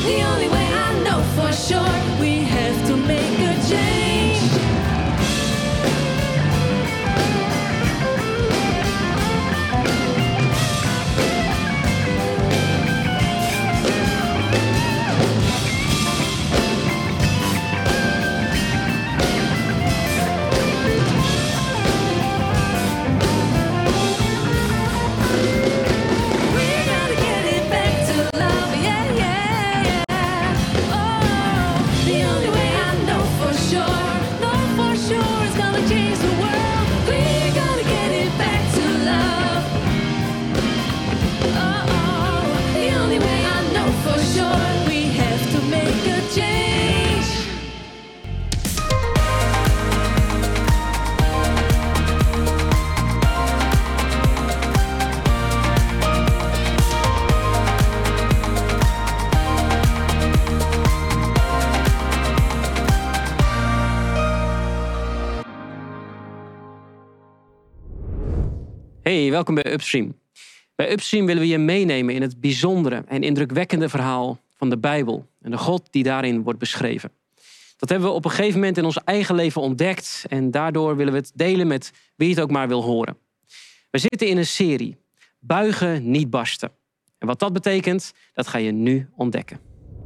The only way I know for sure, we have to make a change. Hey, welkom bij Upstream. Bij Upstream willen we je meenemen in het bijzondere en indrukwekkende verhaal van de Bijbel en de God die daarin wordt beschreven. Dat hebben we op een gegeven moment in ons eigen leven ontdekt en daardoor willen we het delen met wie het ook maar wil horen. We zitten in een serie, Buigen, niet barsten. En wat dat betekent, dat ga je nu ontdekken.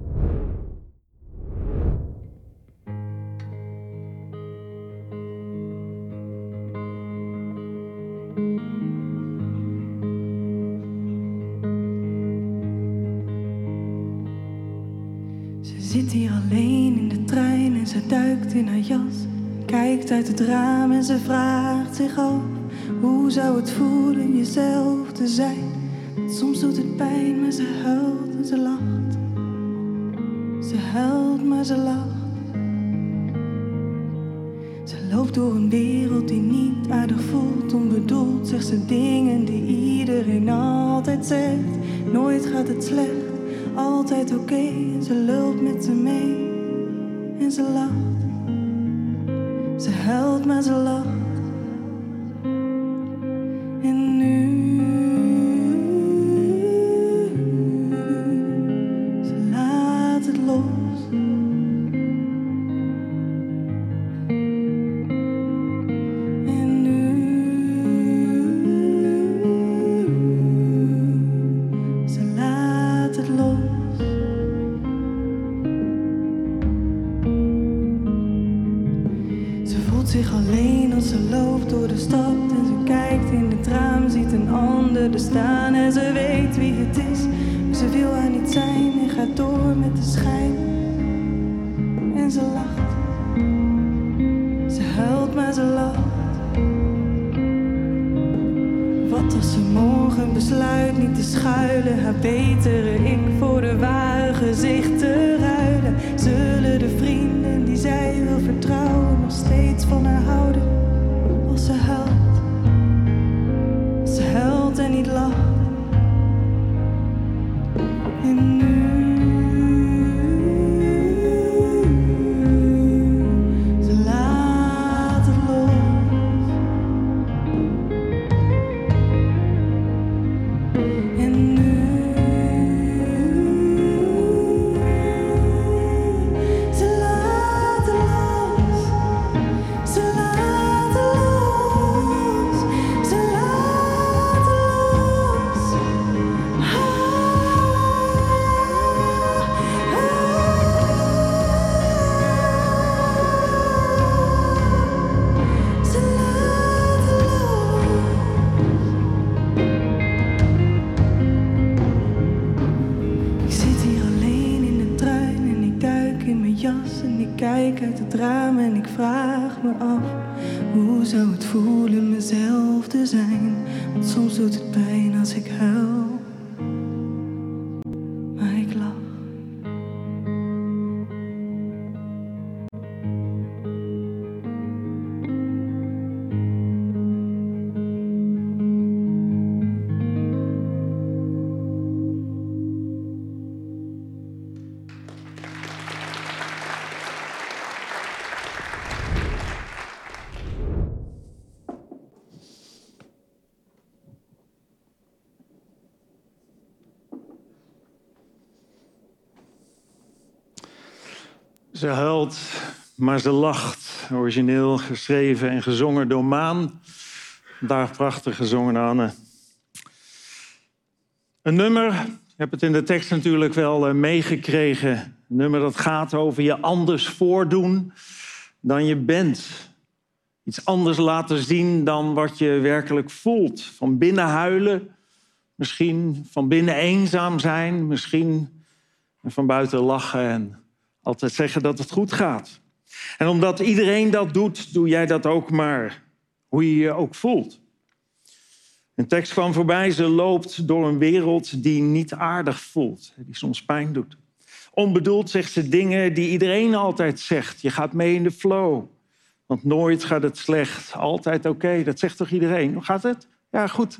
Ze zit hier alleen in de trein en ze duikt in haar jas. Kijkt uit het raam en ze vraagt zich af: hoe zou het voelen jezelf te zijn? Soms doet het pijn, maar ze huilt en ze lacht. Ze huilt, maar ze lacht. Ze loopt door een wereld die niet aardig voelt. Onbedoeld zegt ze dingen die iedereen altijd zegt. Nooit gaat het slecht, altijd oké. En ze loopt met ze mee en ze lacht. Ze huilt, maar ze lacht. En nu ze laat het los. En nu ze laat het los. Ze voelt zich alleen als ze loopt door de stad en ze kijkt in het raam, ziet een ander er staan en ze weet wie het is, maar ze wil haar niet zijn en gaat door met de schijn. En ze lacht, ze huilt maar ze lacht. Wat als ze morgen besluit niet te schuilen, haar betere ik voor de ware gezicht te ruilen? Zullen de vrienden die zij wil vertrouwen nog steeds van haar houden? Als ze huilt en niet lacht. En nu ze laat het los. En nu ze laat het los. Ze laat het los. Ze laat het los. Ze laat het los. Ik zit hier alleen in de trein en ik duik in mijn jas en ik kijk uit het raam en ik vraag me af: hoe zou het voelen mezelf te zijn? Want soms doet het pijn als ik huil, maar ik lach. Ze huilt, maar ze lacht. Origineel geschreven en gezongen door Maan. Vandaag prachtig gezongen, Anne. Een nummer, ik heb het in de tekst natuurlijk wel meegekregen. Een nummer dat gaat over je anders voordoen dan je bent. Iets anders laten zien dan wat je werkelijk voelt. Van binnen huilen, misschien van binnen eenzaam zijn, misschien van buiten lachen en altijd zeggen dat het goed gaat. En omdat iedereen dat doet, doe jij dat ook maar, hoe je je ook voelt. Een tekst kwam voorbij, ze loopt door een wereld die niet aardig voelt, die soms pijn doet. Onbedoeld zegt ze dingen die iedereen altijd zegt. Je gaat mee in de flow, want nooit gaat het slecht, altijd oké. Dat zegt toch iedereen? Hoe gaat het? Ja, goed.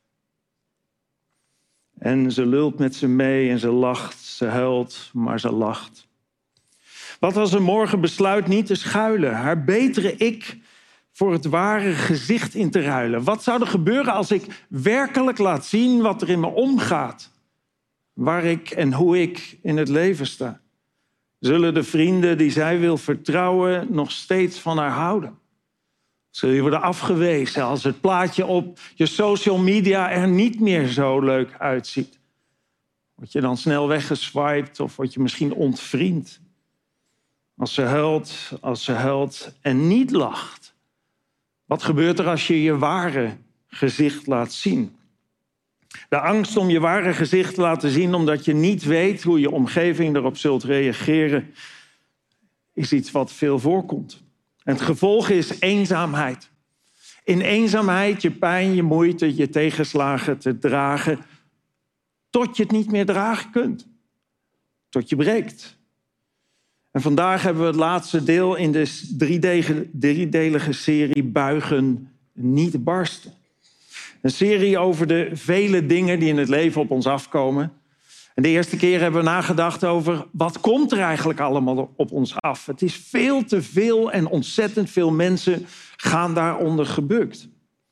En ze lult met ze mee en ze lacht, ze huilt, maar ze lacht. Wat als ze morgen besluit niet te schuilen, haar betere ik voor het ware gezicht in te ruilen? Wat zou er gebeuren als ik werkelijk laat zien wat er in me omgaat? Waar ik en hoe ik in het leven sta? Zullen de vrienden die zij wil vertrouwen nog steeds van haar houden? Zul je worden afgewezen als het plaatje op je social media er niet meer zo leuk uitziet? Word je dan snel weggeswiped of word je misschien ontvriend? Als ze huilt en niet lacht. Wat gebeurt er als je je ware gezicht laat zien? De angst om je ware gezicht te laten zien omdat je niet weet hoe je omgeving erop zult reageren, is iets wat veel voorkomt. En het gevolg is eenzaamheid. In eenzaamheid je pijn, je moeite, je tegenslagen te dragen, tot je het niet meer dragen kunt. Tot je breekt. En vandaag hebben we het laatste deel in de driedelige serie Buigen, niet barsten. Een serie over de vele dingen die in het leven op ons afkomen. En de eerste keer hebben we nagedacht over wat komt er eigenlijk allemaal op ons af. Het is veel te veel en ontzettend veel mensen gaan daaronder gebukt.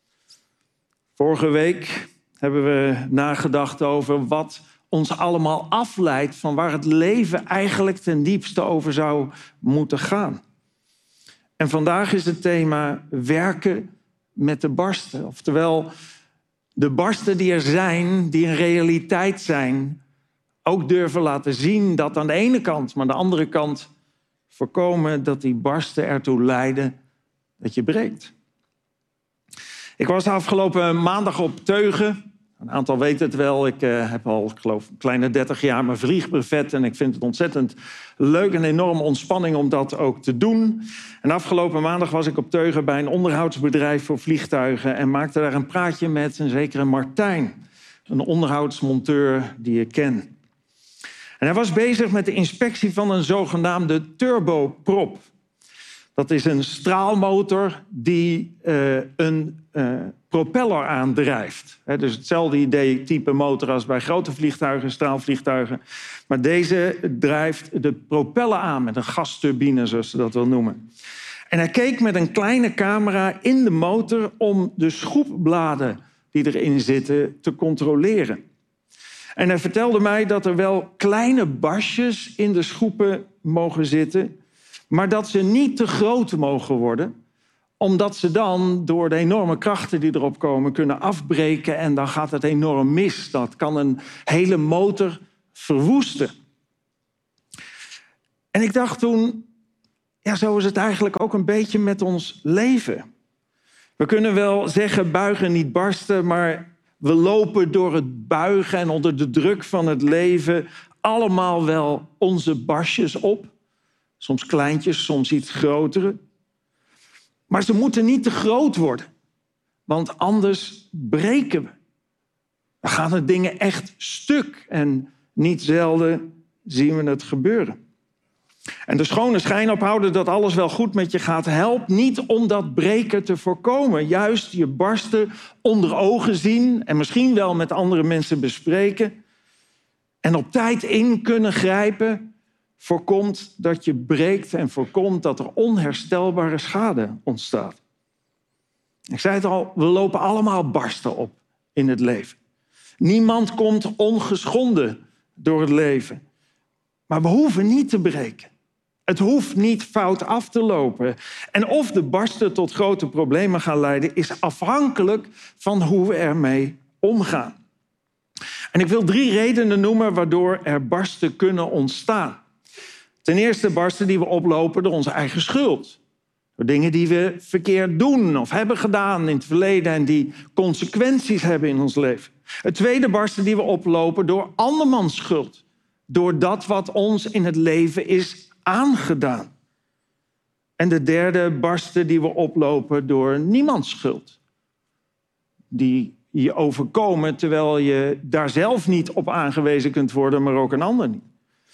Vorige week hebben we nagedacht over wat ons allemaal afleidt van waar het leven eigenlijk ten diepste over zou moeten gaan. En vandaag is het thema werken met de barsten. Oftewel, de barsten die er zijn, die een realiteit zijn, ook durven laten zien dat aan de ene kant, maar aan de andere kant voorkomen dat die barsten ertoe leiden dat je breekt. Ik was afgelopen maandag op Teugen. Een aantal weten het wel. Ik heb al, ik geloof, een kleine 30 jaar mijn vliegbrevet. En ik vind het ontzettend leuk en enorme ontspanning om dat ook te doen. En afgelopen maandag was ik op Teugen bij een onderhoudsbedrijf voor vliegtuigen. En maakte daar een praatje met een zekere Martijn. Een onderhoudsmonteur die ik ken. En hij was bezig met de inspectie van een zogenaamde turboprop. Dat is een straalmotor die een propeller aandrijft. Dus hetzelfde type motor als bij grote vliegtuigen, straalvliegtuigen. Maar deze drijft de propeller aan met een gasturbine, zoals ze dat wel noemen. En hij keek met een kleine camera in de motor om de schroefbladen die erin zitten te controleren. En hij vertelde mij dat er wel kleine barstjes in de schroepen mogen zitten, maar dat ze niet te groot mogen worden, omdat ze dan door de enorme krachten die erop komen kunnen afbreken en dan gaat het enorm mis. Dat kan een hele motor verwoesten. En ik dacht toen, ja, zo is het eigenlijk ook een beetje met ons leven. We kunnen wel zeggen buigen niet barsten, maar we lopen door het buigen en onder de druk van het leven allemaal wel onze barstjes op. Soms kleintjes, soms iets grotere. Maar ze moeten niet te groot worden, want anders breken we. Dan gaan de dingen echt stuk en niet zelden zien we het gebeuren. En de schone schijn ophouden dat alles wel goed met je gaat, helpt niet om dat breken te voorkomen. Juist je barsten onder ogen zien en misschien wel met andere mensen bespreken en op tijd in kunnen grijpen, voorkomt dat je breekt en voorkomt dat er onherstelbare schade ontstaat. Ik zei het al, we lopen allemaal barsten op in het leven. Niemand komt ongeschonden door het leven. Maar we hoeven niet te breken. Het hoeft niet fout af te lopen. En of de barsten tot grote problemen gaan leiden, is afhankelijk van hoe we ermee omgaan. En ik wil 3 redenen noemen waardoor er barsten kunnen ontstaan. Ten eerste barsten die we oplopen door onze eigen schuld. Door dingen die we verkeerd doen of hebben gedaan in het verleden en die consequenties hebben in ons leven. Het tweede barsten die we oplopen door andermans schuld. Door dat wat ons in het leven is aangedaan. En de derde barsten die we oplopen door niemands schuld. Die je overkomen terwijl je daar zelf niet op aangewezen kunt worden, maar ook een ander niet.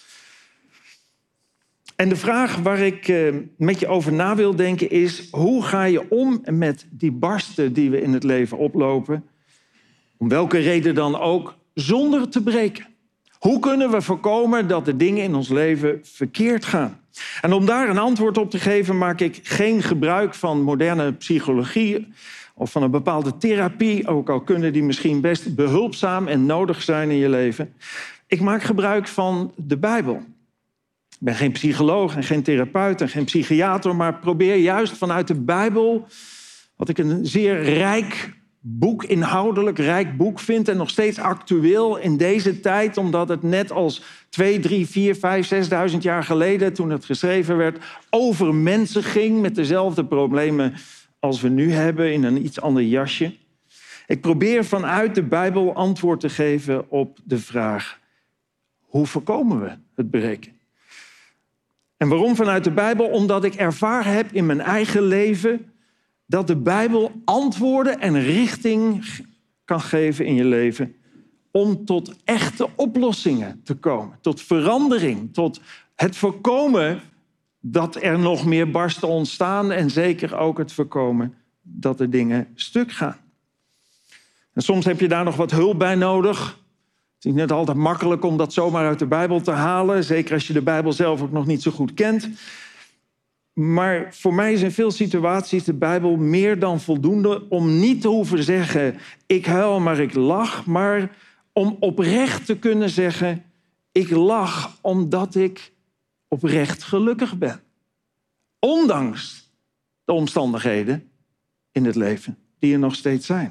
En de vraag waar ik met je over na wil denken is: hoe ga je om met die barsten die we in het leven oplopen? Om welke reden dan ook, zonder te breken. Hoe kunnen we voorkomen dat de dingen in ons leven verkeerd gaan? En om daar een antwoord op te geven, maak ik geen gebruik van moderne psychologie of van een bepaalde therapie, ook al kunnen die misschien best behulpzaam en nodig zijn in je leven. Ik maak gebruik van de Bijbel. Ik ben geen psycholoog en geen therapeut en geen psychiater, maar probeer juist vanuit de Bijbel, wat ik een zeer rijk boek, inhoudelijk rijk boek vind en nog steeds actueel in deze tijd, omdat het net als 2, 3, 4, 5, 6.000 jaar geleden, toen het geschreven werd, over mensen ging met dezelfde problemen als we nu hebben in een iets ander jasje. Ik probeer vanuit de Bijbel antwoord te geven op de vraag: hoe voorkomen we het breken? En waarom vanuit de Bijbel? Omdat ik ervaren heb in mijn eigen leven dat de Bijbel antwoorden en richting kan geven in je leven om tot echte oplossingen te komen. Tot verandering, tot het voorkomen dat er nog meer barsten ontstaan en zeker ook het voorkomen dat de dingen stuk gaan. En soms heb je daar nog wat hulp bij nodig. Het is niet altijd makkelijk om dat zomaar uit de Bijbel te halen, zeker als je de Bijbel zelf ook nog niet zo goed kent. Maar voor mij is in veel situaties de Bijbel meer dan voldoende om niet te hoeven zeggen: ik huil, maar ik lach. Maar om oprecht te kunnen zeggen: ik lach omdat ik oprecht gelukkig ben. Ondanks de omstandigheden in het leven die er nog steeds zijn.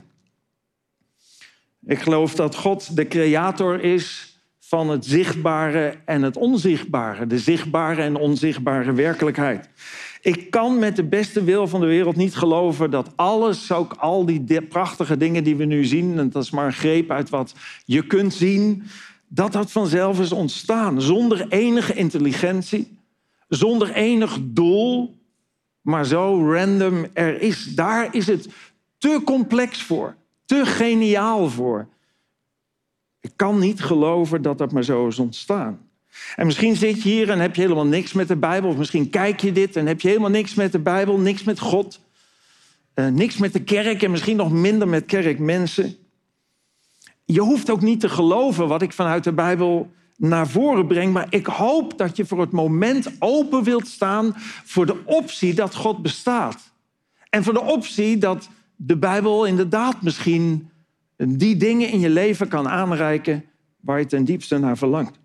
Ik geloof dat God de creator is van het zichtbare en het onzichtbare. De zichtbare en onzichtbare werkelijkheid. Ik kan met de beste wil van de wereld niet geloven dat alles, ook al die prachtige dingen die we nu zien, en dat is maar een greep uit wat je kunt zien, dat dat vanzelf is ontstaan. Zonder enige intelligentie, zonder enig doel, maar zo random er is. Daar is het te complex voor, te geniaal voor. Ik kan niet geloven dat dat maar zo is ontstaan. En misschien zit je hier en heb je helemaal niks met de Bijbel. Of misschien kijk je dit en heb je helemaal niks met de Bijbel, niks met God. Niks met de kerk en misschien nog minder met kerkmensen. Je hoeft ook niet te geloven wat ik vanuit de Bijbel naar voren breng. Maar ik hoop dat je voor het moment open wilt staan voor de optie dat God bestaat. En voor de optie dat de Bijbel inderdaad misschien die dingen in je leven kan aanreiken waar je ten diepste naar verlangt.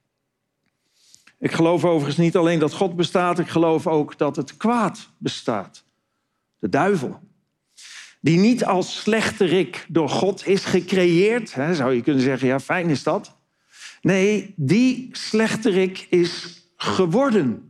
Ik geloof overigens niet alleen dat God bestaat, ik geloof ook dat het kwaad bestaat. De duivel. Die niet als slechterik door God is gecreëerd. Zou je kunnen zeggen, ja, fijn is dat. Nee, die slechterik is geworden.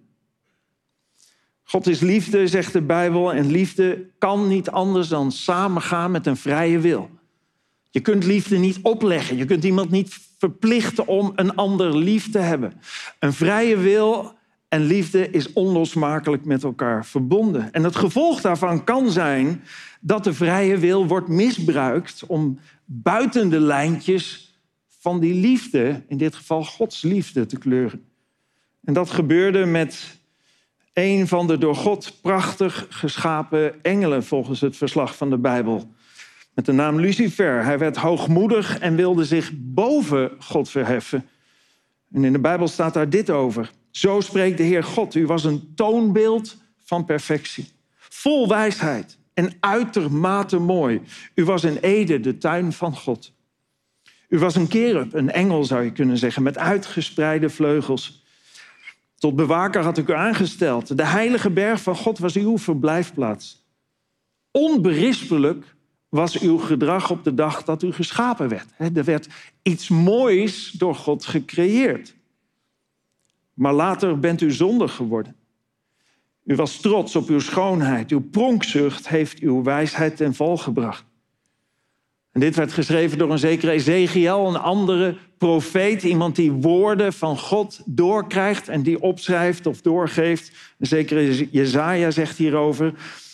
God is liefde, zegt de Bijbel. En liefde kan niet anders dan samengaan met een vrije wil. Je kunt liefde niet opleggen. Je kunt iemand niet verplichten om een ander lief te hebben. Een vrije wil en liefde is onlosmakelijk met elkaar verbonden. En het gevolg daarvan kan zijn dat de vrije wil wordt misbruikt om buiten de lijntjes van die liefde, in dit geval Gods liefde, te kleuren. En dat gebeurde met een van de door God prachtig geschapen engelen, volgens het verslag van de Bijbel. Met de naam Lucifer. Hij werd hoogmoedig en wilde zich boven God verheffen. En in de Bijbel staat daar dit over. Zo spreekt de Heer God. U was een toonbeeld van perfectie. Vol wijsheid en uitermate mooi. U was in Eden, de tuin van God. U was een kerub, een engel zou je kunnen zeggen, met uitgespreide vleugels. Tot bewaker had ik u aangesteld. De heilige berg van God was uw verblijfplaats. Onberispelijk was uw gedrag op de dag dat u geschapen werd. Er werd iets moois door God gecreëerd. Maar later bent u zondig geworden. U was trots op uw schoonheid. Uw pronkzucht heeft uw wijsheid ten val gebracht. En dit werd geschreven door een zekere Ezekiel, een andere profeet. Iemand die woorden van God doorkrijgt en die opschrijft of doorgeeft. Een zekere Jesaja zegt hierover: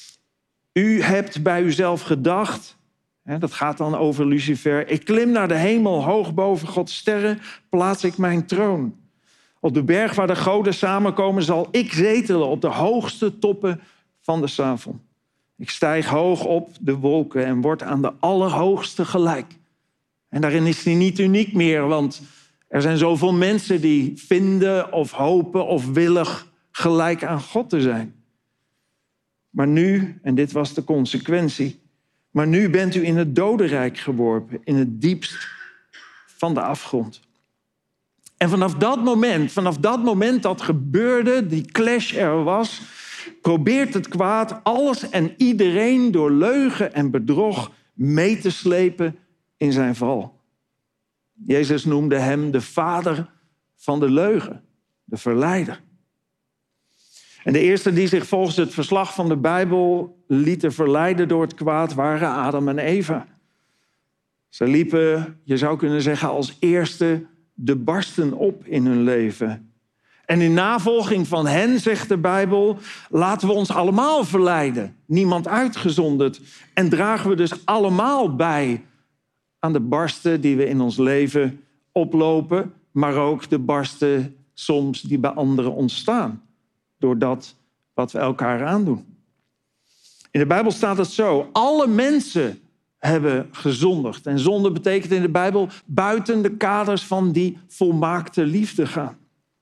u hebt bij uzelf gedacht, dat gaat dan over Lucifer, ik klim naar de hemel, hoog boven Gods sterren plaats ik mijn troon. Op de berg waar de goden samenkomen zal ik zetelen op de hoogste toppen van de Savon. Ik stijg hoog op de wolken en word aan de Allerhoogste gelijk. En daarin is hij niet uniek meer, want er zijn zoveel mensen die vinden of hopen of willen gelijk aan God te zijn. Maar nu, en dit was de consequentie, maar nu bent u in het dodenrijk geworpen, in het diepst van de afgrond. En vanaf dat moment dat gebeurde, die clash er was, probeert het kwaad alles en iedereen door leugen en bedrog mee te slepen in zijn val. Jezus noemde hem de vader van de leugen, de verleider. En de eerste die zich volgens het verslag van de Bijbel lieten verleiden door het kwaad waren Adam en Eva. Ze liepen, je zou kunnen zeggen, als eerste de barsten op in hun leven. En in navolging van hen, zegt de Bijbel, laten we ons allemaal verleiden. Niemand uitgezonderd. En dragen we dus allemaal bij aan de barsten die we in ons leven oplopen, maar ook de barsten soms die bij anderen ontstaan. Door dat wat we elkaar aandoen. In de Bijbel staat het zo: alle mensen hebben gezondigd. En zonde betekent in de Bijbel buiten de kaders van die volmaakte liefde gaan.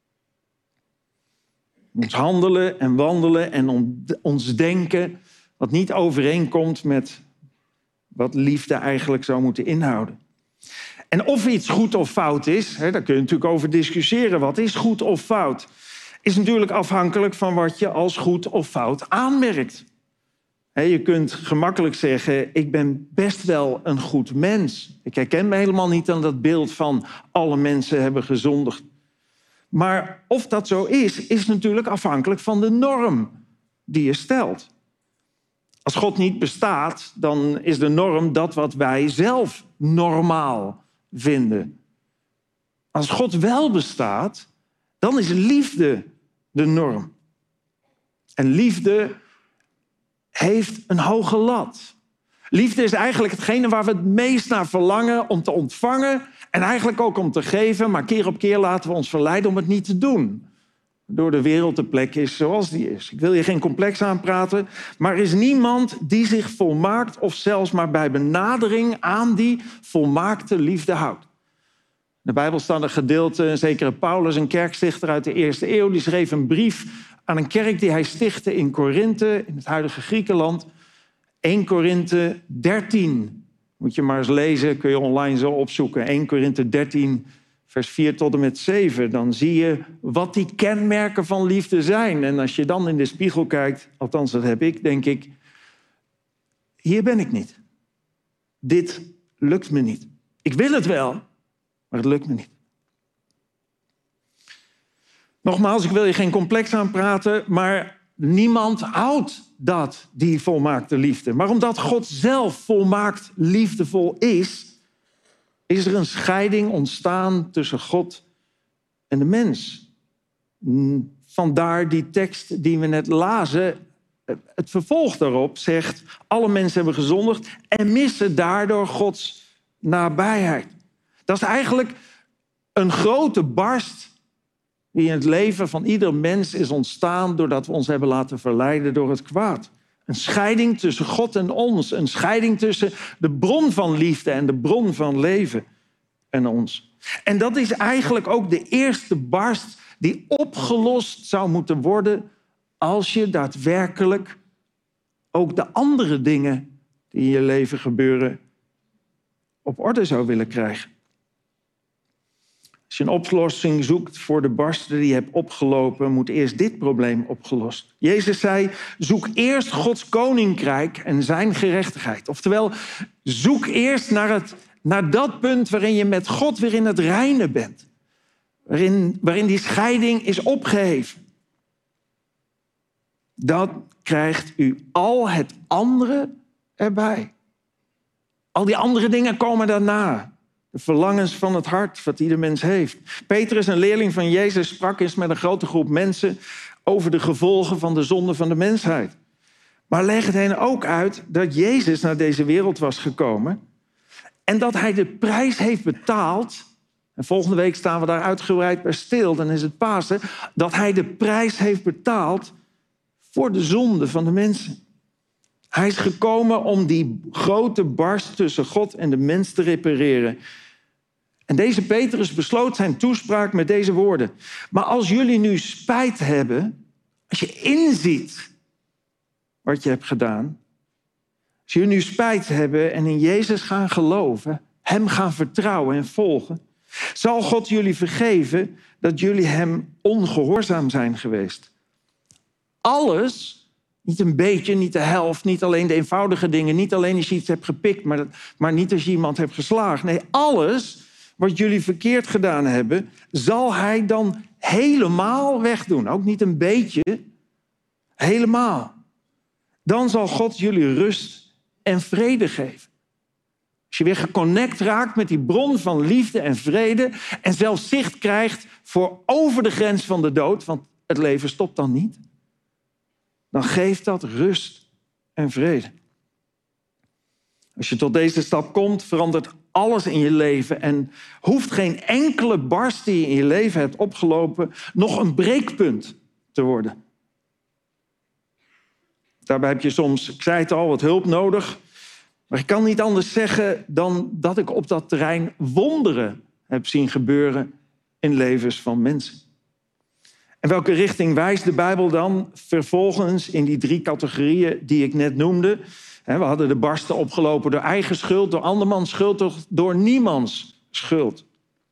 Ons handelen en wandelen en ons denken wat niet overeenkomt met wat liefde eigenlijk zou moeten inhouden. En of iets goed of fout is, daar kun je natuurlijk over discussiëren. Wat is goed of fout? Is natuurlijk afhankelijk van wat je als goed of fout aanmerkt. Je kunt gemakkelijk zeggen, ik ben best wel een goed mens. Ik herken me helemaal niet aan dat beeld van alle mensen hebben gezondigd. Maar of dat zo is natuurlijk afhankelijk van de norm die je stelt. Als God niet bestaat, dan is de norm dat wat wij zelf normaal vinden. Als God wel bestaat, dan is liefde de norm. En liefde heeft een hoge lat. Liefde is eigenlijk hetgene waar we het meest naar verlangen om te ontvangen en eigenlijk ook om te geven, maar keer op keer laten we ons verleiden om het niet te doen. Door de wereld de plek is zoals die is. Ik wil je geen complex aanpraten, maar er is niemand die zich volmaakt of zelfs maar bij benadering aan die volmaakte liefde houdt. In de Bijbel staat een gedeelte, een zekere Paulus, een kerkstichter uit de eerste eeuw, die schreef een brief aan een kerk die hij stichtte in Korinthe, in het huidige Griekenland. 1 Korinthe 13. Moet je maar eens lezen, kun je online zo opzoeken. 1 Korinthe 13, vers 4 tot en met 7. Dan zie je wat die kenmerken van liefde zijn. En als je dan in de spiegel kijkt, althans dat heb ik, denk ik, hier ben ik niet. Dit lukt me niet. Ik wil het wel, maar het lukt me niet. Nogmaals, ik wil je geen complex aanpraten, maar niemand houdt dat, die volmaakte liefde. Maar omdat God zelf volmaakt liefdevol is, is er een scheiding ontstaan tussen God en de mens. Vandaar die tekst die we net lazen. Het vervolg daarop zegt, alle mensen hebben gezondigd en missen daardoor Gods nabijheid. Dat is eigenlijk een grote barst die in het leven van ieder mens is ontstaan doordat we ons hebben laten verleiden door het kwaad. Een scheiding tussen God en ons. Een scheiding tussen de bron van liefde en de bron van leven en ons. En dat is eigenlijk ook de eerste barst die opgelost zou moeten worden als je daadwerkelijk ook de andere dingen die in je leven gebeuren op orde zou willen krijgen. Als je een oplossing zoekt voor de barsten die je hebt opgelopen, moet eerst dit probleem opgelost. Jezus zei, zoek eerst Gods koninkrijk en zijn gerechtigheid. Oftewel, zoek eerst naar dat punt waarin je met God weer in het reine bent. Waarin die scheiding is opgeheven. Dan krijgt u al het andere erbij. Al die andere dingen komen daarna. De verlangens van het hart, wat ieder mens heeft. Petrus, een leerling van Jezus, sprak eens met een grote groep mensen over de gevolgen van de zonde van de mensheid. Maar legde hen ook uit dat Jezus naar deze wereld was gekomen en dat hij de prijs heeft betaald. En volgende week staan we daar uitgebreid bij stil, dan is het Pasen. Dat hij de prijs heeft betaald voor de zonde van de mensen. Hij is gekomen om die grote barst tussen God en de mens te repareren. En deze Petrus besloot zijn toespraak met deze woorden. Maar als jullie nu spijt hebben, als je inziet wat je hebt gedaan, als jullie nu spijt hebben en in Jezus gaan geloven, hem gaan vertrouwen en volgen, zal God jullie vergeven dat jullie hem ongehoorzaam zijn geweest. Alles, niet een beetje, niet de helft, niet alleen de eenvoudige dingen, niet alleen als je iets hebt gepikt, maar niet als je iemand hebt geslagen. Nee, alles wat jullie verkeerd gedaan hebben, zal hij dan helemaal wegdoen. Ook niet een beetje, helemaal. Dan zal God jullie rust en vrede geven. Als je weer geconnect raakt met die bron van liefde en vrede en zelfs zicht krijgt voor over de grens van de dood, want het leven stopt dan niet, dan geeft dat rust en vrede. Als je tot deze stap komt, verandert alles in je leven en hoeft geen enkele barst die je in je leven hebt opgelopen nog een breekpunt te worden. Daarbij heb je soms, ik zei het al, wat hulp nodig. Maar ik kan niet anders zeggen dan dat ik op dat terrein wonderen heb zien gebeuren in levens van mensen. En welke richting wijst de Bijbel dan vervolgens in die 3 categorieën die ik net noemde? We hadden de barsten opgelopen door eigen schuld, door andermans schuld, door niemands schuld.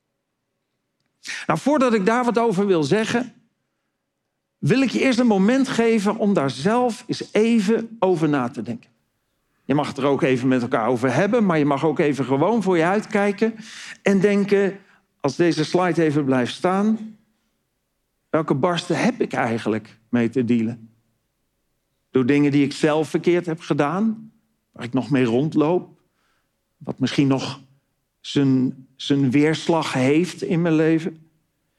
Nou, voordat ik daar wat over wil zeggen, wil ik je eerst een moment geven om daar zelf eens even over na te denken. Je mag het er ook even met elkaar over hebben, maar je mag ook even gewoon voor je uitkijken en denken, als deze slide even blijft staan, welke barsten heb ik eigenlijk mee te dealen? Door dingen die ik zelf verkeerd heb gedaan, waar ik nog mee rondloop, wat misschien nog zijn weerslag heeft in mijn leven.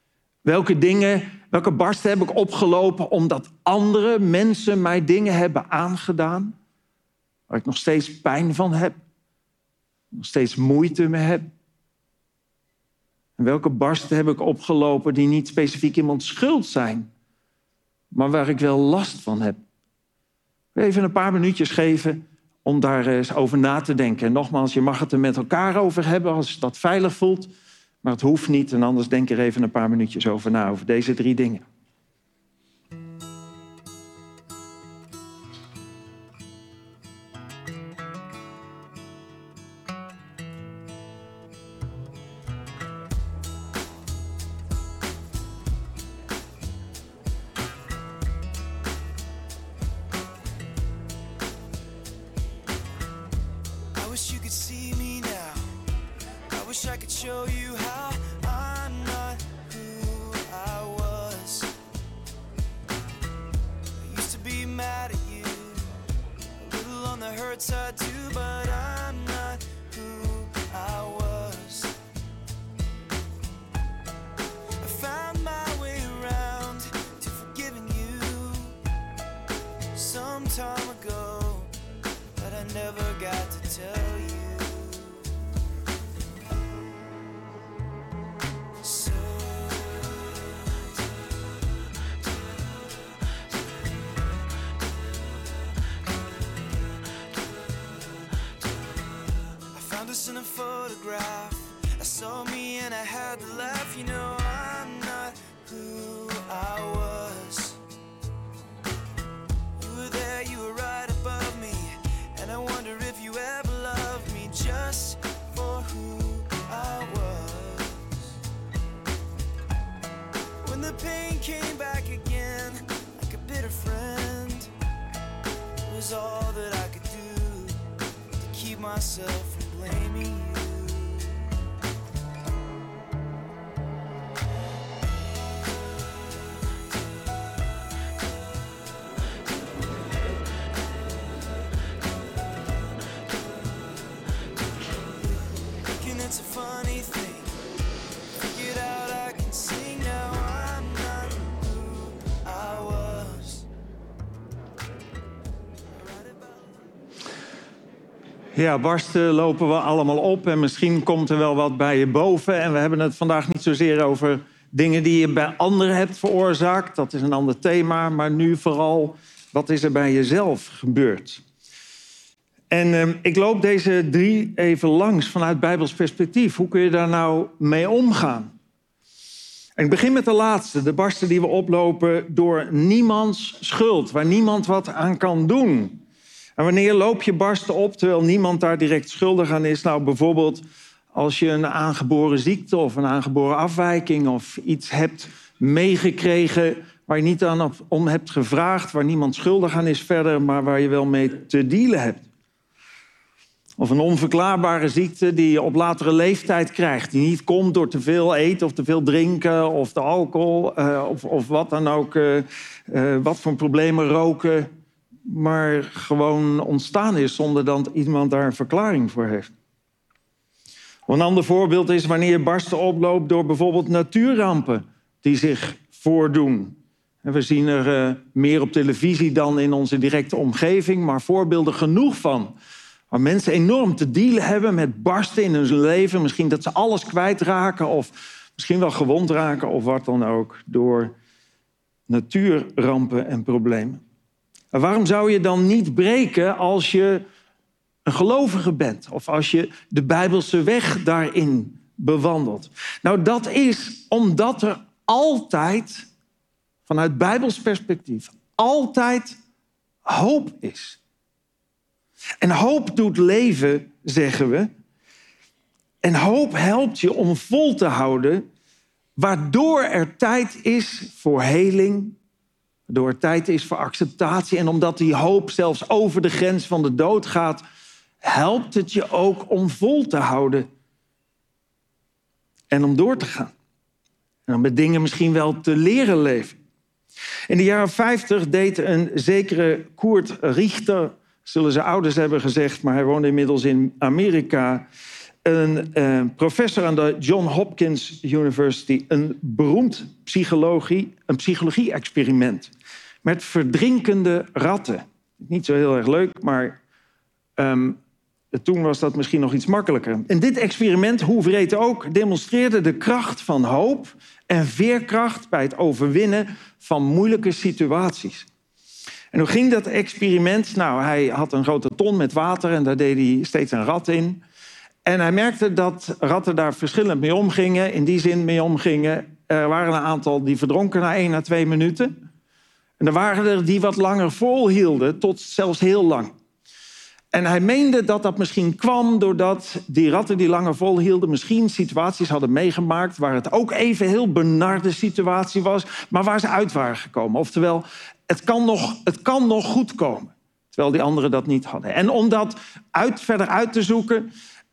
Welke barsten heb ik opgelopen omdat andere mensen mij dingen hebben aangedaan, waar ik nog steeds pijn van heb, nog steeds moeite mee heb. En welke barsten heb ik opgelopen die niet specifiek iemands schuld zijn, maar waar ik wel last van heb. Even een paar minuutjes geven om daar eens over na te denken. En nogmaals, je mag het er met elkaar over hebben als dat veilig voelt. Maar het hoeft niet en anders denk er even een paar minuutjes over na, over deze 3 dingen. In a photograph, I saw me and I had to laugh. You know I'm not who I was. You were there, you were right above me, and I wonder if you ever loved me just for who I was. Ja, barsten lopen we allemaal op en misschien komt er wel wat bij je boven. En we hebben het vandaag niet zozeer over dingen die je bij anderen hebt veroorzaakt. Dat is een ander thema, maar nu vooral, wat is er bij jezelf gebeurd? En ik loop deze 3 even langs vanuit Bijbels perspectief. Hoe kun je daar nou mee omgaan? En ik begin met de laatste, de barsten die we oplopen door niemands schuld, waar niemand wat aan kan doen. En wanneer loop je barsten op terwijl niemand daar direct schuldig aan is? Nou, bijvoorbeeld als je een aangeboren ziekte of een aangeboren afwijking of iets hebt meegekregen waar je niet om hebt gevraagd, waar niemand schuldig aan is verder, maar waar je wel mee te dealen hebt. Of een onverklaarbare ziekte die je op latere leeftijd krijgt, die niet komt door te veel eten of te veel drinken of de alcohol of wat dan ook, wat voor problemen roken, maar gewoon ontstaan is zonder dat iemand daar een verklaring voor heeft. Een ander voorbeeld is wanneer je barsten oploopt door bijvoorbeeld natuurrampen die zich voordoen. En we zien er meer op televisie dan in onze directe omgeving, maar voorbeelden genoeg van. Waar mensen enorm te dealen hebben met barsten in hun leven. Misschien dat ze alles kwijtraken of misschien wel gewond raken of wat dan ook door natuurrampen en problemen. En waarom zou je dan niet breken als je een gelovige bent of als je de Bijbelse weg daarin bewandelt? Nou, dat is omdat er altijd, vanuit Bijbels perspectief, altijd hoop is. En hoop doet leven, zeggen we. En hoop helpt je om vol te houden, waardoor er tijd is voor heling, waardoor er tijd is voor acceptatie. En omdat die hoop zelfs over de grens van de dood gaat, helpt het je ook om vol te houden en om door te gaan. En om met dingen misschien wel te leren leven. In de jaren 50 deed een zekere Kurt Richter, zullen zijn ouders hebben gezegd, maar hij woonde inmiddels in Amerika, een professor aan de John Hopkins University, een beroemd psychologie-experiment met verdrinkende ratten. Niet zo heel erg leuk, maar toen was dat misschien nog iets makkelijker. En dit experiment, hoe wreed ook, demonstreerde de kracht van hoop en veerkracht bij het overwinnen van moeilijke situaties. En hoe ging dat experiment? Nou, hij had een grote ton met water en daar deed hij steeds een rat in. En hij merkte dat ratten daar verschillend mee omgingen, in die zin mee omgingen. Er waren een aantal die verdronken na 1 à 2 minuten. En er waren er die wat langer volhielden, tot zelfs heel lang. En hij meende dat dat misschien kwam doordat die ratten die langer volhielden misschien situaties hadden meegemaakt waar het ook even een heel benarde situatie was, maar waar ze uit waren gekomen. Oftewel, het kan nog goed komen, terwijl die anderen dat niet hadden. En om dat verder uit te zoeken,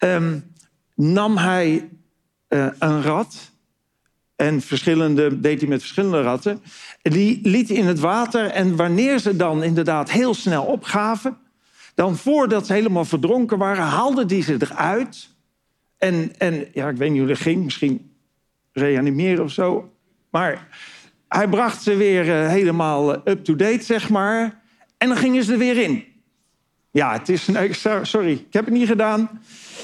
nam hij een rat en deed hij met verschillende ratten. Die liet hij in het water en wanneer ze dan inderdaad heel snel opgaven, dan voordat ze helemaal verdronken waren, haalde die ze eruit. En ja, ik weet niet hoe dat ging, misschien reanimeren of zo. Maar hij bracht ze weer helemaal up-to-date, zeg maar. En dan gingen ze er weer in. Ja, het is... Nee, sorry, ik heb het niet gedaan.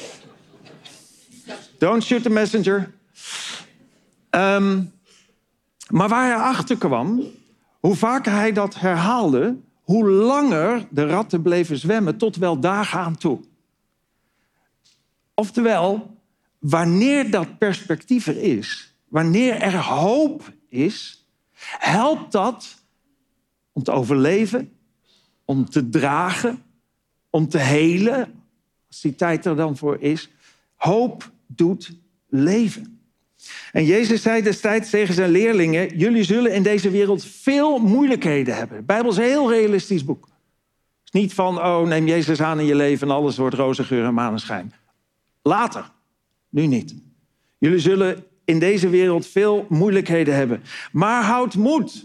Don't shoot the messenger. Maar waar hij achter kwam, hoe vaker hij dat herhaalde, hoe langer de ratten bleven zwemmen, tot wel dagen aan toe. Oftewel, wanneer dat perspectief er is, wanneer er hoop is, helpt dat om te overleven, om te dragen, om te helen, als die tijd er dan voor is. Hoop doet leven. En Jezus zei destijds tegen zijn leerlingen, jullie zullen in deze wereld veel moeilijkheden hebben. De Bijbel is een heel realistisch boek. Het is niet van, neem Jezus aan in je leven en alles wordt roze geur en maneschijn. Later, nu niet. Jullie zullen in deze wereld veel moeilijkheden hebben. Maar houd moed.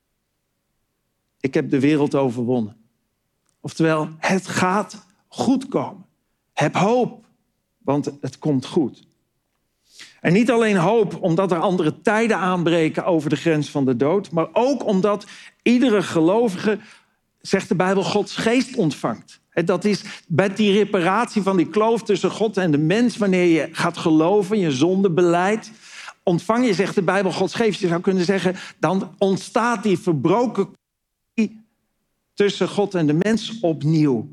Ik heb de wereld overwonnen. Oftewel, het gaat goed komen. Heb hoop, want het komt goed. En niet alleen hoop omdat er andere tijden aanbreken over de grens van de dood, maar ook omdat iedere gelovige, zegt de Bijbel, Gods geest ontvangt. Dat is bij die reparatie van die kloof tussen God en de mens. Wanneer je gaat geloven, je zondebeleid, ontvang je, zegt de Bijbel, Gods geest. Je zou kunnen zeggen, dan ontstaat die verbroken tussen God en de mens opnieuw.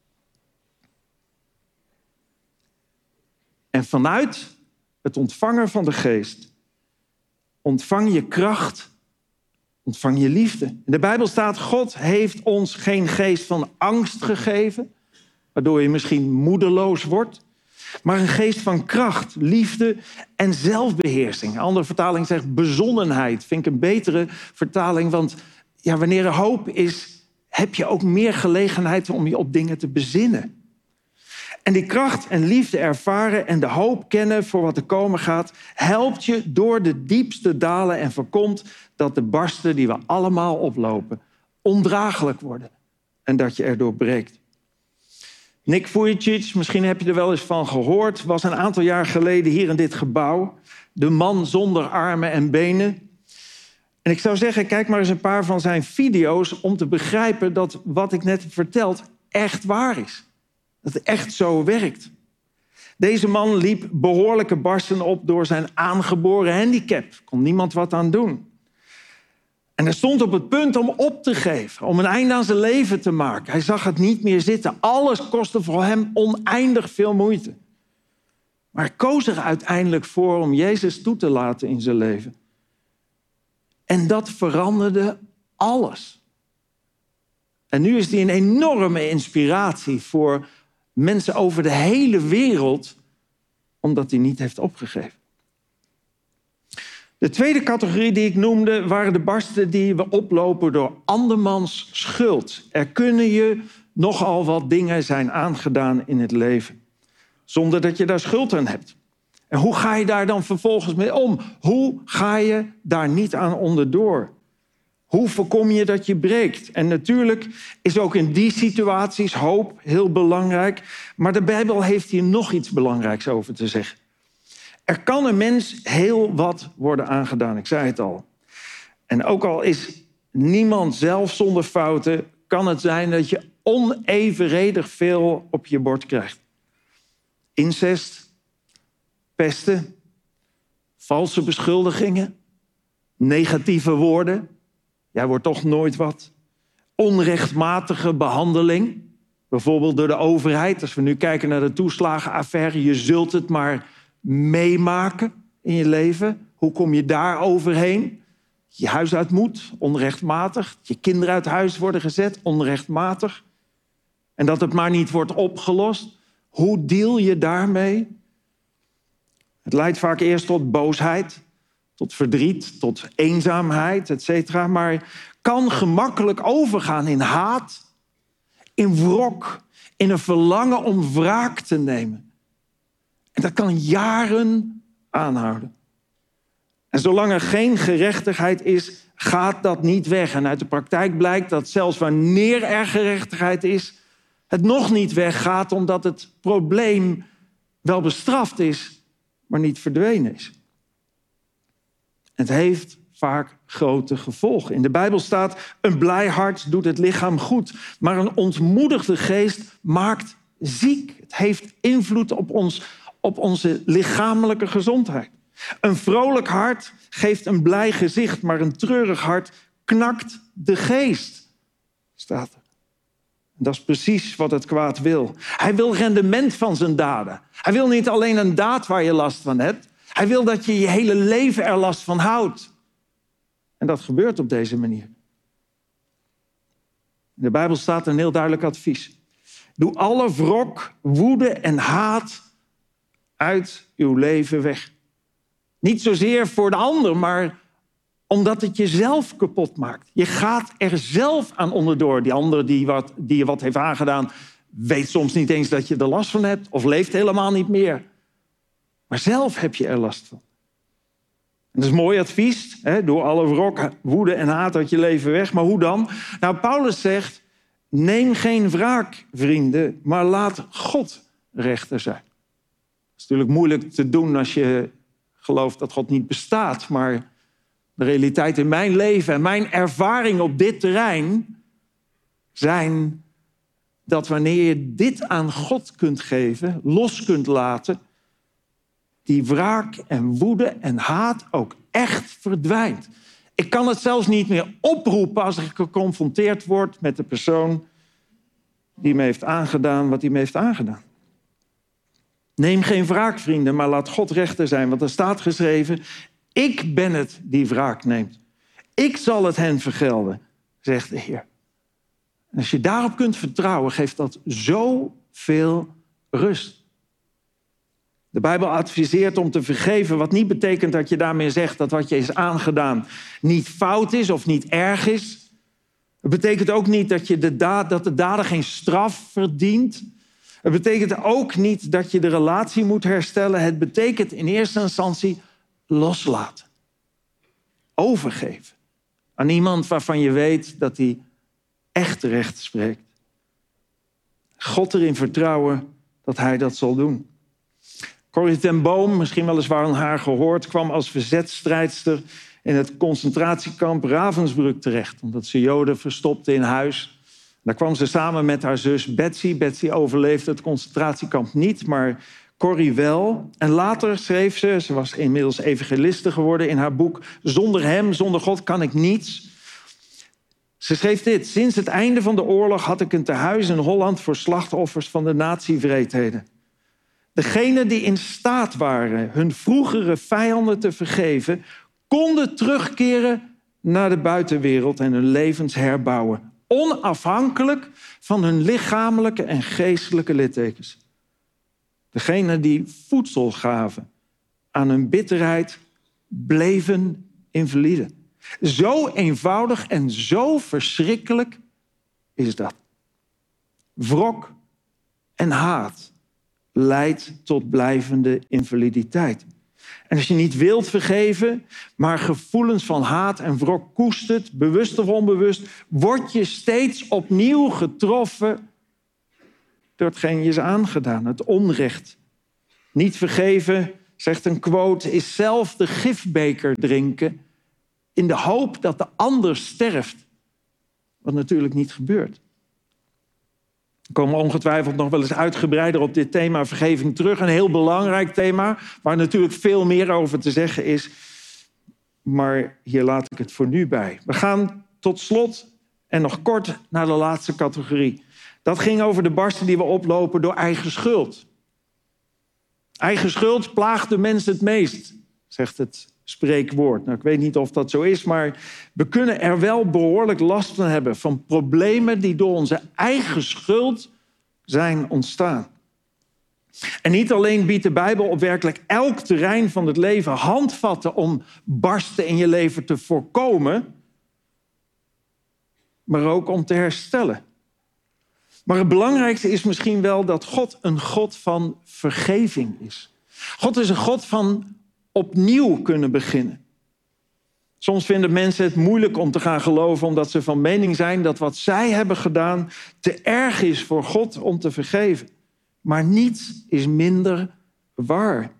En vanuit het ontvangen van de geest ontvang je kracht, ontvang je liefde. In de Bijbel staat, God heeft ons geen geest van angst gegeven, waardoor je misschien moedeloos wordt, maar een geest van kracht, liefde en zelfbeheersing. Een andere vertaling zegt bezonnenheid. Vind ik een betere vertaling, want ja, wanneer er hoop is, heb je ook meer gelegenheid om je op dingen te bezinnen. En die kracht en liefde ervaren en de hoop kennen voor wat er komen gaat, helpt je door de diepste dalen en voorkomt dat de barsten die we allemaal oplopen ondraaglijk worden en dat je erdoor breekt. Nick Vujicic, misschien heb je er wel eens van gehoord, was een aantal jaar geleden hier in dit gebouw. De man zonder armen en benen. En ik zou zeggen, kijk maar eens een paar van zijn video's om te begrijpen dat wat ik net heb verteld echt waar is. Dat het echt zo werkt. Deze man liep behoorlijke barsten op door zijn aangeboren handicap. Kon niemand wat aan doen. En hij stond op het punt om op te geven, om een einde aan zijn leven te maken. Hij zag het niet meer zitten. Alles kostte voor hem oneindig veel moeite. Maar hij koos er uiteindelijk voor om Jezus toe te laten in zijn leven. En dat veranderde alles. En nu is hij een enorme inspiratie voor mensen over de hele wereld, omdat hij niet heeft opgegeven. De tweede categorie die ik noemde waren de barsten die we oplopen door andermans schuld. Er kunnen je nogal wat dingen zijn aangedaan in het leven, zonder dat je daar schuld aan hebt. En hoe ga je daar dan vervolgens mee om? Hoe ga je daar niet aan onderdoor? Hoe voorkom je dat je breekt? En natuurlijk is ook in die situaties hoop heel belangrijk. Maar de Bijbel heeft hier nog iets belangrijks over te zeggen. Er kan een mens heel wat worden aangedaan, ik zei het al. En ook al is niemand zelf zonder fouten, kan het zijn dat je onevenredig veel op je bord krijgt. Incest, pesten, valse beschuldigingen, negatieve woorden. Jij wordt toch nooit wat. Onrechtmatige behandeling, bijvoorbeeld door de overheid. Als we nu kijken naar de toeslagenaffaire, je zult het maar meemaken in je leven. Hoe kom je daar overheen? Je huis uit moet, onrechtmatig. Je kinderen uit huis worden gezet, onrechtmatig. En dat het maar niet wordt opgelost. Hoe deal je daarmee? Het leidt vaak eerst tot boosheid, tot verdriet, tot eenzaamheid, etc. Maar kan gemakkelijk overgaan in haat, in wrok, in een verlangen om wraak te nemen. En dat kan jaren aanhouden. En zolang er geen gerechtigheid is, gaat dat niet weg. En uit de praktijk blijkt dat zelfs wanneer er gerechtigheid is, het nog niet weggaat omdat het probleem wel bestraft is, maar niet verdwenen is. Het heeft vaak grote gevolgen. In de Bijbel staat, een blij hart doet het lichaam goed, maar een ontmoedigde geest maakt ziek. Het heeft invloed op onze lichamelijke gezondheid. Een vrolijk hart geeft een blij gezicht, maar een treurig hart knakt de geest, staat er. Dat is precies wat het kwaad wil. Hij wil rendement van zijn daden. Hij wil niet alleen een daad waar je last van hebt. Hij wil dat je je hele leven er last van houdt. En dat gebeurt op deze manier. In de Bijbel staat een heel duidelijk advies. Doe alle wrok, woede en haat uit uw leven weg. Niet zozeer voor de ander, maar omdat het jezelf kapot maakt. Je gaat er zelf aan onderdoor. Die ander die je wat heeft aangedaan, weet soms niet eens dat je er last van hebt of leeft helemaal niet meer. Maar zelf heb je er last van. En dat is mooi advies. Doe alle wrok, woede en haat uit je leven weg. Maar hoe dan? Nou, Paulus zegt, neem geen wraak, vrienden, maar laat God rechter zijn. Dat is natuurlijk moeilijk te doen als je gelooft dat God niet bestaat. Maar de realiteit in mijn leven en mijn ervaring op dit terrein zijn dat wanneer je dit aan God kunt geven, los kunt laten, die wraak en woede en haat ook echt verdwijnt. Ik kan het zelfs niet meer oproepen als ik geconfronteerd word met de persoon die me heeft aangedaan wat hij me heeft aangedaan. Neem geen wraak, vrienden, maar laat God rechter zijn. Want er staat geschreven, ik ben het die wraak neemt. Ik zal het hen vergelden, zegt de Heer. En als je daarop kunt vertrouwen, geeft dat zoveel rust. De Bijbel adviseert om te vergeven, wat niet betekent dat je daarmee zegt dat wat je is aangedaan niet fout is of niet erg is. Het betekent ook niet dat de dader geen straf verdient. Het betekent ook niet dat je de relatie moet herstellen. Het betekent in eerste instantie loslaten. Overgeven aan iemand waarvan je weet dat hij echt recht spreekt. God erin vertrouwen dat hij dat zal doen. Corrie ten Boom, misschien wel eens van haar gehoord, kwam als verzetstrijdster in het concentratiekamp Ravensbrück terecht. Omdat ze Joden verstopte in huis. Daar kwam ze samen met haar zus Betsy. Betsy overleefde het concentratiekamp niet, maar Corrie wel. En later schreef ze was inmiddels evangeliste geworden in haar boek Zonder hem, zonder God kan ik niets. Ze schreef dit: sinds het einde van de oorlog had ik een tehuis in Holland voor slachtoffers van de nazi-wreedheden. Degenen die in staat waren hun vroegere vijanden te vergeven, konden terugkeren naar de buitenwereld en hun levens herbouwen. Onafhankelijk van hun lichamelijke en geestelijke littekens. Degenen die voedsel gaven aan hun bitterheid bleven invalide. Zo eenvoudig en zo verschrikkelijk is dat. Wrok en haat leidt tot blijvende invaliditeit. En als je niet wilt vergeven, maar gevoelens van haat en wrok koestert, bewust of onbewust, word je steeds opnieuw getroffen door hetgeen je is aangedaan, het onrecht. Niet vergeven, zegt een quote, is zelf de gifbeker drinken in de hoop dat de ander sterft. Wat natuurlijk niet gebeurt. We komen ongetwijfeld nog wel eens uitgebreider op dit thema vergeving terug. Een heel belangrijk thema, waar natuurlijk veel meer over te zeggen is. Maar hier laat ik het voor nu bij. We gaan tot slot en nog kort naar de laatste categorie. Dat ging over de barsten die we oplopen door eigen schuld. Eigen schuld plaagt de mens het meest, zegt het spreekwoord. Nou, ik weet niet of dat zo is, maar we kunnen er wel behoorlijk last van hebben. Van problemen die door onze eigen schuld zijn ontstaan. En niet alleen biedt de Bijbel op werkelijk elk terrein van het leven handvatten om barsten in je leven te voorkomen, maar ook om te herstellen. Maar het belangrijkste is misschien wel dat God een God van vergeving is. God is een God van opnieuw kunnen beginnen. Soms vinden mensen het moeilijk om te gaan geloven omdat ze van mening zijn dat wat zij hebben gedaan te erg is voor God om te vergeven. Maar niets is minder waar.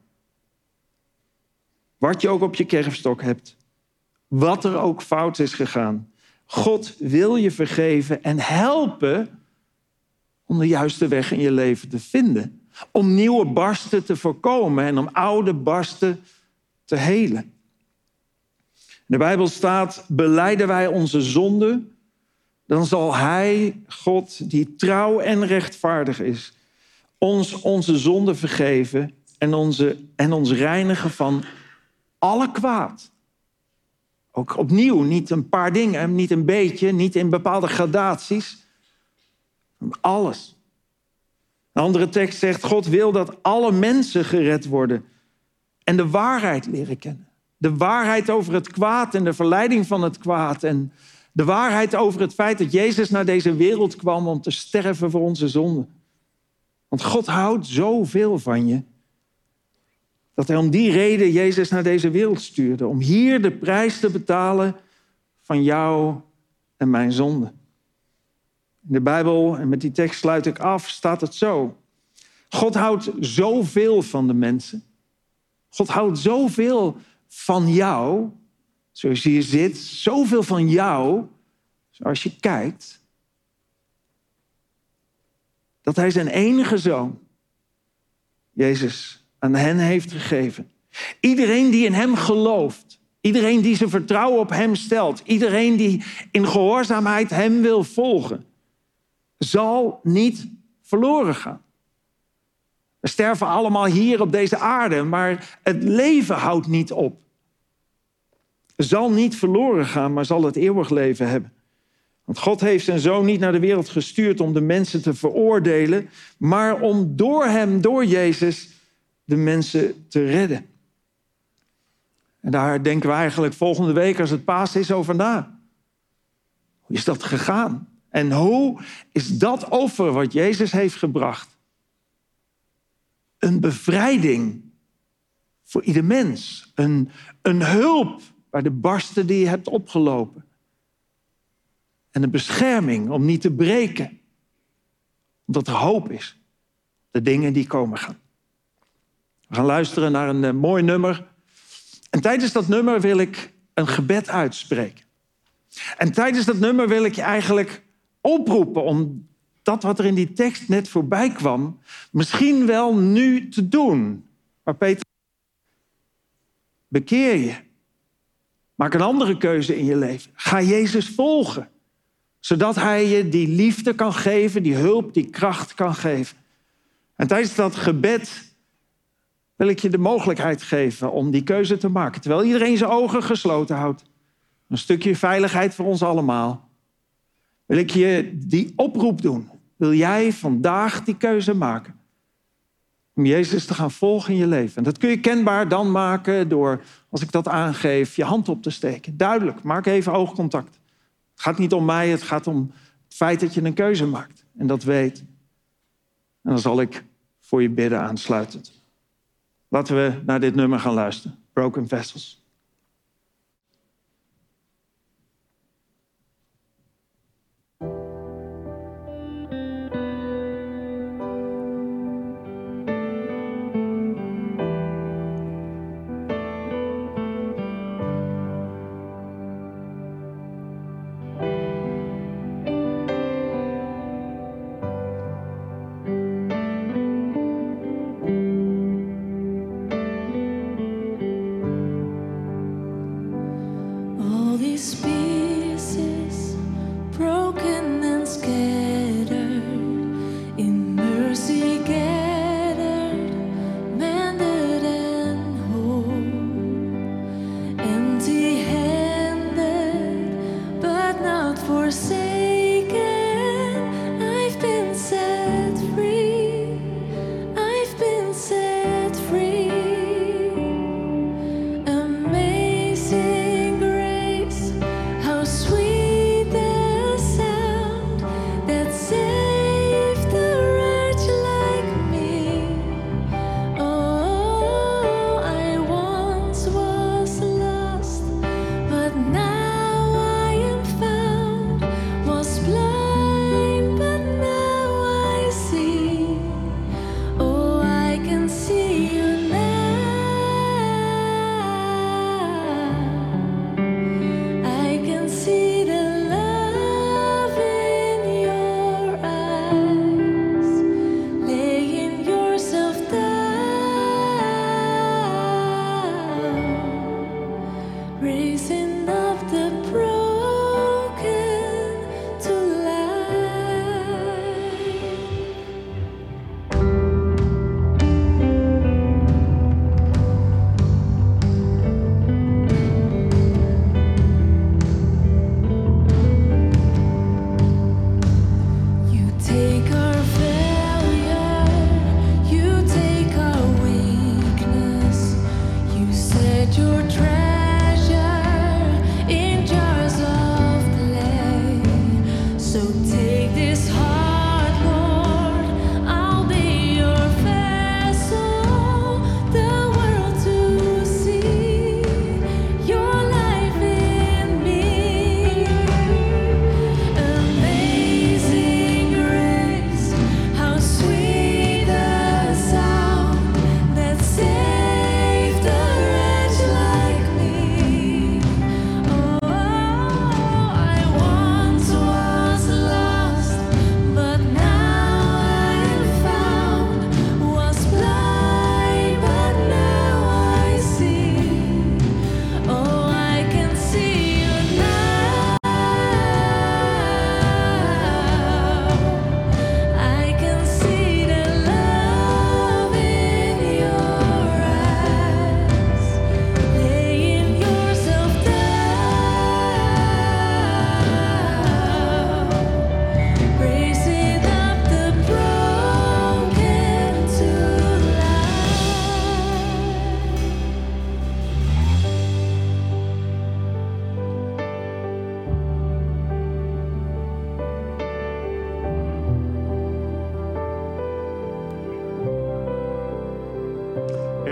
Wat je ook op je kerfstok hebt, wat er ook fout is gegaan, God wil je vergeven en helpen om de juiste weg in je leven te vinden. Om nieuwe barsten te voorkomen en om oude barsten te helen. In de Bijbel staat, belijden wij onze zonden, dan zal Hij, God, die trouw en rechtvaardig is, ons onze zonden vergeven en ons reinigen van alle kwaad. Ook opnieuw, niet een paar dingen, niet een beetje, niet in bepaalde gradaties. Alles. Een andere tekst zegt, God wil dat alle mensen gered worden en de waarheid leren kennen. De waarheid over het kwaad en de verleiding van het kwaad. En de waarheid over het feit dat Jezus naar deze wereld kwam om te sterven voor onze zonden. Want God houdt zoveel van je, dat hij om die reden Jezus naar deze wereld stuurde. Om hier de prijs te betalen van jou en mijn zonde. In de Bijbel, en met die tekst sluit ik af, staat het zo. God houdt zoveel van de mensen. God houdt zoveel van jou, zoals je hier zit. Zoveel van jou, zoals je kijkt. dat hij zijn enige zoon, Jezus, aan hen heeft gegeven. Iedereen die in hem gelooft, iedereen die zijn vertrouwen op hem stelt, iedereen die in gehoorzaamheid hem wil volgen, zal niet verloren gaan. We sterven allemaal hier op deze aarde, maar het leven houdt niet op. Zal niet verloren gaan, maar zal het eeuwig leven hebben. Want God heeft zijn zoon niet naar de wereld gestuurd om de mensen te veroordelen, maar om door hem, door Jezus, de mensen te redden. En daar denken we eigenlijk volgende week, als het Paas is, over na. Hoe is dat gegaan? En hoe is dat offer wat Jezus heeft gebracht een bevrijding voor ieder mens? Een hulp bij de barsten die je hebt opgelopen. En een bescherming om niet te breken. Omdat er hoop is. De dingen die komen gaan. We gaan luisteren naar een mooi nummer. En tijdens dat nummer wil ik een gebed uitspreken. En tijdens dat nummer wil ik je eigenlijk oproepen om dat wat er in die tekst net voorbij kwam, misschien wel nu te doen. Maar Peter, bekeer je. Maak een andere keuze in je leven. Ga Jezus volgen. Zodat hij je die liefde kan geven, die hulp, die kracht kan geven. En tijdens dat gebed wil ik je de mogelijkheid geven om die keuze te maken. Terwijl iedereen zijn ogen gesloten houdt. Een stukje veiligheid voor ons allemaal. Wil ik je die oproep doen. Wil jij vandaag die keuze maken? Om Jezus te gaan volgen in je leven. En dat kun je kenbaar dan maken door, als ik dat aangeef, je hand op te steken. Duidelijk, maak even oogcontact. Het gaat niet om mij, het gaat om het feit dat je een keuze maakt. En dat weet. En dan zal ik voor je bidden aansluitend. Laten we naar dit nummer gaan luisteren. Broken Vessels.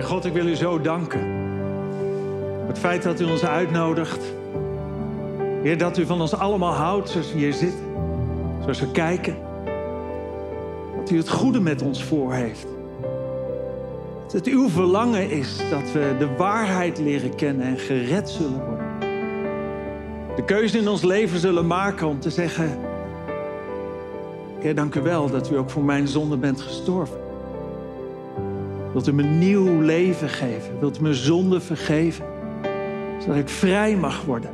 God, ik wil u zo danken. Voor het feit dat u ons uitnodigt. Heer, dat u van ons allemaal houdt zoals we hier zitten. Zoals we kijken. Dat u het goede met ons voor heeft. Dat het uw verlangen is dat we de waarheid leren kennen en gered zullen worden. De keuze in ons leven zullen maken om te zeggen... Heer, dank u wel dat u ook voor mijn zonde bent gestorven. Wilt u me nieuw leven geven? Wilt u me zonde vergeven? Zodat ik vrij mag worden.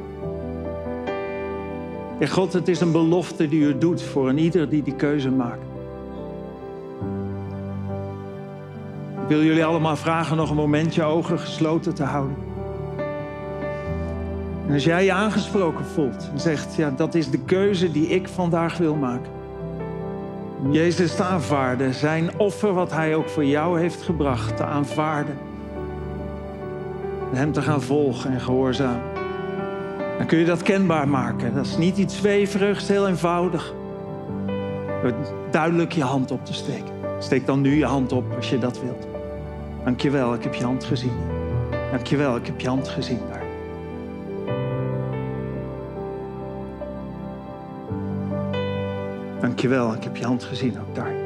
Heer God, het is een belofte die u doet voor een ieder die die keuze maakt. Ik wil jullie allemaal vragen nog een momentje ogen gesloten te houden. En als jij je aangesproken voelt en zegt... ja, dat is de keuze die ik vandaag wil maken. Om Jezus te aanvaarden, zijn offer wat hij ook voor jou heeft gebracht, te aanvaarden. En hem te gaan volgen en gehoorzamen. Dan kun je dat kenbaar maken. Dat is niet iets zweverigs, heel eenvoudig. Door duidelijk je hand op te steken. Steek dan nu je hand op als je dat wilt. Dankjewel, ik heb je hand gezien. Dankjewel, ik heb je hand gezien daar. Dankjewel, ik heb je hand gezien ook daar.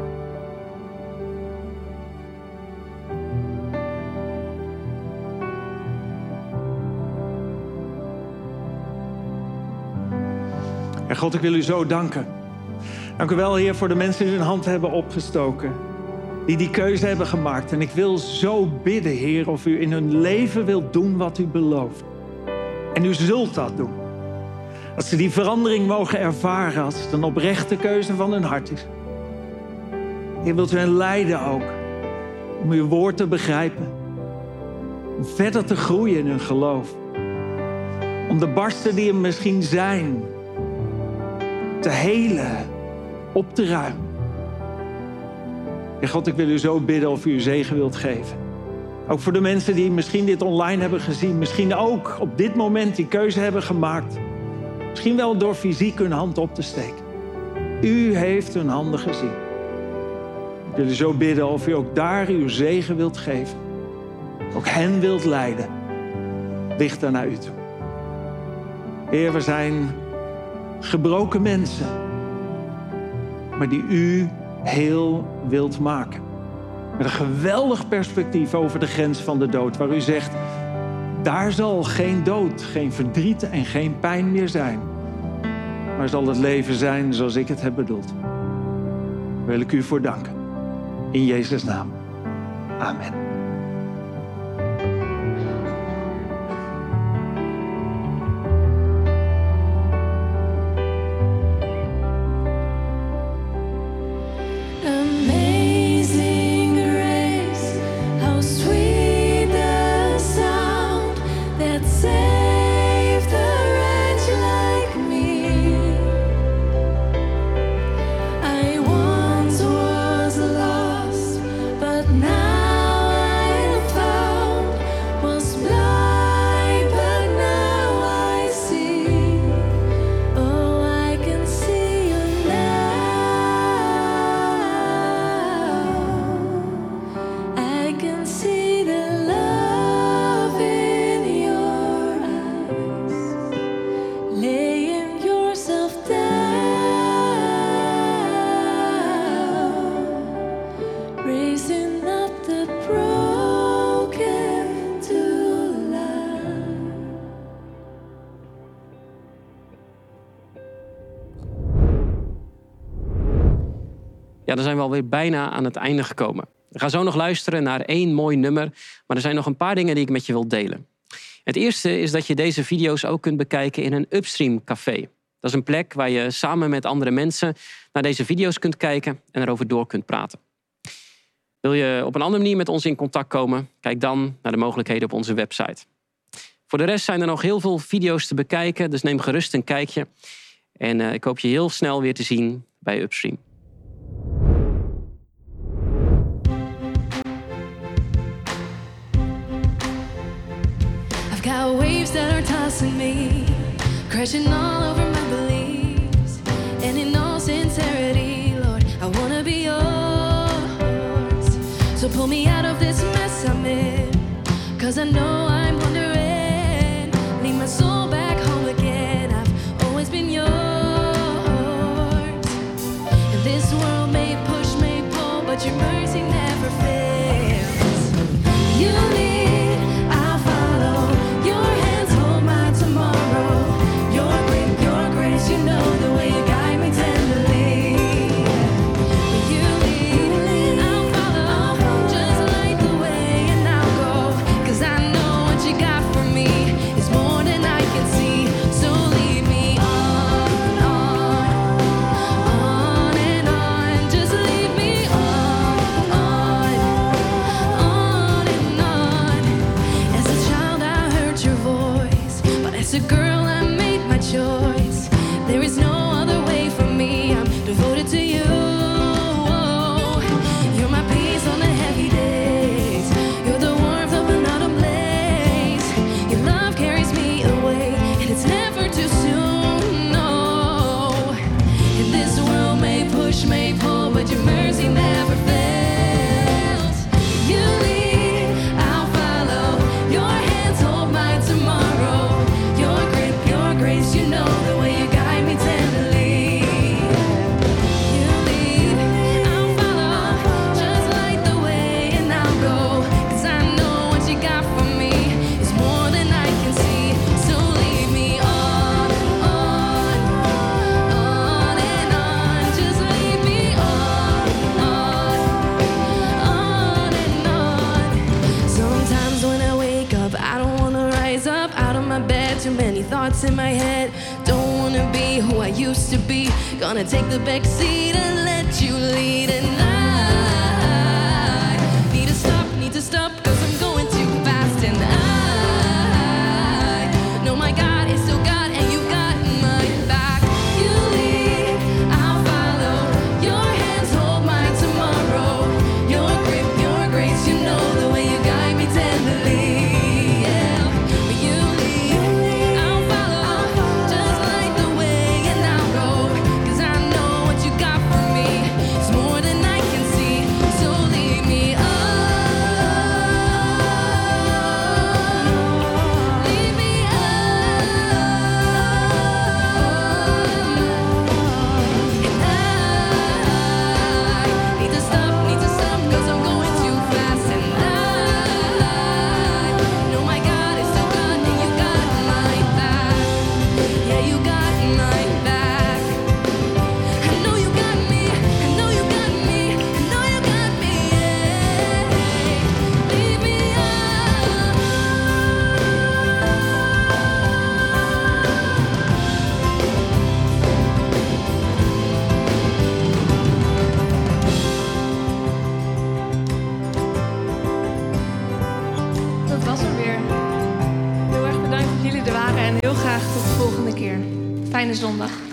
En God, ik wil u zo danken. Dank u wel, Heer, voor de mensen die hun hand hebben opgestoken. Die die keuze hebben gemaakt. En ik wil zo bidden, Heer, of u in hun leven wilt doen wat u belooft. En u zult dat doen. Dat ze die verandering mogen ervaren als het een oprechte keuze van hun hart is. Heer, wilt u hen leiden ook. Om uw woord te begrijpen. Om verder te groeien in hun geloof. Om de barsten die er misschien zijn... te helen. Op te ruimen. Heer God, ik wil u zo bidden of u uw zegen wilt geven. Ook voor de mensen die misschien dit online hebben gezien. Misschien ook op dit moment die keuze hebben gemaakt. Misschien wel door fysiek hun hand op te steken. U heeft hun handen gezien. Ik wil u zo bidden of u ook daar uw zegen wilt geven. Ook hen wilt leiden. Dichter naar u toe. Heer, we zijn gebroken mensen. Maar die u heel wilt maken. Met een geweldig perspectief over de grens van de dood. Waar u zegt, daar zal geen dood, geen verdriet en geen pijn meer zijn. Maar zal het leven zijn zoals ik het heb bedoeld. Daar wil ik u voor danken. In Jezus' naam. Amen. Ja, dan zijn we alweer bijna aan het einde gekomen. We gaan zo nog luisteren naar 1 mooi nummer. Maar er zijn nog een paar dingen die ik met je wil delen. Het eerste is dat je deze video's ook kunt bekijken in een Upstream café. Dat is een plek waar je samen met andere mensen naar deze video's kunt kijken en erover door kunt praten. Wil je op een andere manier met ons in contact komen? Kijk dan naar de mogelijkheden op onze website. Voor de rest zijn er nog heel veel video's te bekijken, dus neem gerust een kijkje. En ik hoop je heel snel weer te zien bij Upstream. I've got waves that are tossing me, crashing all over my beliefs. And in all sincerity, Lord, I wanna be yours. So So pull me out of this mess I'm in, 'cause I know I'm wandering. Lead my soul back home again. I've always been yours. And this world may push, may pull, but your mercy never fails. You lead, I'll follow. Your hands hold my tomorrow. Your grip, your grace, you know the way you guide me tenderly. You lead, I'll follow. Just light the way and I'll go. 'Cause I know what you got for me is more than I can see. So lead me on and on. Just lead me on and on. As a child I heard your voice, but as a girl I made my choice. There is no other way for me, I'm devoted to you. You're my peace on the heavy days. You're the warmth of an autumn blaze. Your love carries me away, and it's never too soon, no. And this world may push, may pull, but your mercy never fails. You lead, I'll follow. Your hands hold my tomorrow. Your grip, your grace, you know the way you guide me tenderly. You lead, I'll follow. Just light the way and I'll go. 'Cause I know what you got for me is more than I can see. So lead me on and on. Just lead me on and on. Sometimes when I wake up, I don't wanna rise up out of my bed. Too many thoughts in my head. Don't wanna be who I used to be. Gonna take the back seat and let you lead. And I need to stop, 'cause I'm going too fast. And I know my God is still God, and you got my back. You lead, I'll follow. Your hands hold my tomorrow. Your grip, your grace, you know the way you guide me tenderly. Yeah, you lead, I'll follow. Just light the way and I'll go. 'Cause I know what you got for me is more than I can see. So lead me lead me And I need to stop, 'cause I'm going too fast. And I know my God is still God, and you got my back. Yeah, you got my back. I know you got me, I know you got me, I know you got me, yeah. Lead me Dat was hem weer. Heel erg bedankt dat jullie er waren en heel graag tot de volgende keer. Fijne zondag.